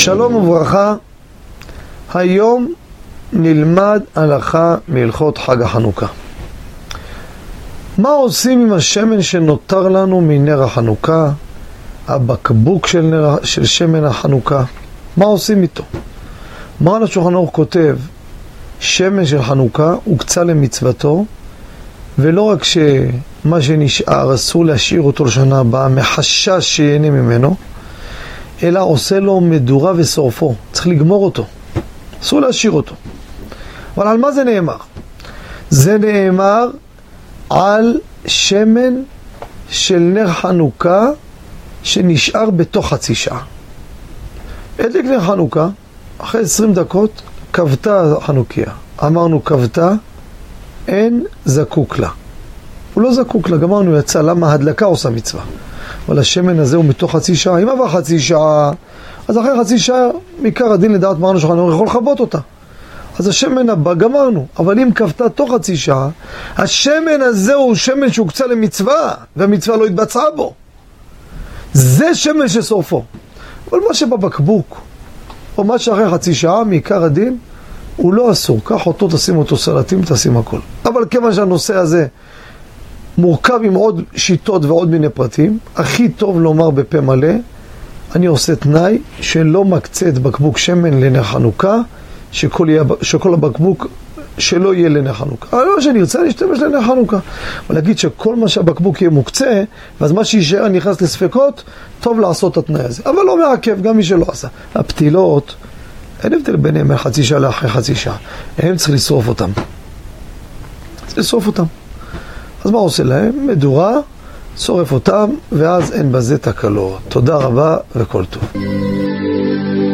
שלום וברכה. היום נלמד הלכה מהלכות חג החנוכה. מה עושים עם השמן שנותר לנו מנר החנוכה, הבקבוק של שמן החנוכה? מה עושים איתו? מרן השולחן ערוך כותב, שמן של חנוכה הוקצה למצוותו, ולא רק שמה שנשאר אסור להשאיר אותו לשנה הבאה מחשש שיהנה ממנו, אלא עושה לו מדורה ושורפו. צריך לגמור אותו, אסור להשאיר אותו. אבל על מה זה נאמר? זה נאמר על שמן של נר חנוכה שנשאר בתוך חצי שעה. הדליק נר חנוכה, אחרי 20 דקות כבתה חנוכיה. אמרנו כבתה, אין זקוק לה. הוא לא זקוק לה, גמרנו, יצא. למה? הדלקה עושה מצווה. אבל השמן הזה הוא מתוך חצי שעה. אם עבר חצי שעה, אז אחרי חצי שעה מעיקר הדין לדעת מרן השולחן ערוך יכול לכבות אותה. אז השמן הבא גמרנו. אבל אם כבתה תוך חצי שעה, השמן הזה הוא שמן שהוקצה למצווה, והמצווה לא התבצעה בו. זה שמן ששורפו. אבל מה שבבקבוק, או מה שאחרי חצי שעה, מעיקר הדין, הוא לא אסור. קח אותו, תשים אותו סלטים, תשים הכל. אבל כיוון שהנושא הזה מורכב עם עוד שיטות ועוד מיני פרטים, הכי טוב לומר בפה מלא, אני עושה תנאי שלא מקצה את בקבוק שמן לנר חנוכה, שכל הבקבוק שלא יהיה לנר חנוכה. אבל לא שאני ארצה להשתמש לנר חנוכה. אבל להגיד שכל מה שהבקבוק יהיה מוקצה, ואז מה שישאר נכנס לספקות, טוב לעשות את התנאי הזה. אבל לא מעכב, גם מי שלא עשה. הפתילות, אין הבדל ביניהם חצי שעה לאחרי חצי שעה. הם צריך לשרוף אותם. צריך לשרוף אותם. אז מה עושה להם? מדורה, שורף אותם, ואז אין בזה תקלות. תודה רבה וכל טוב.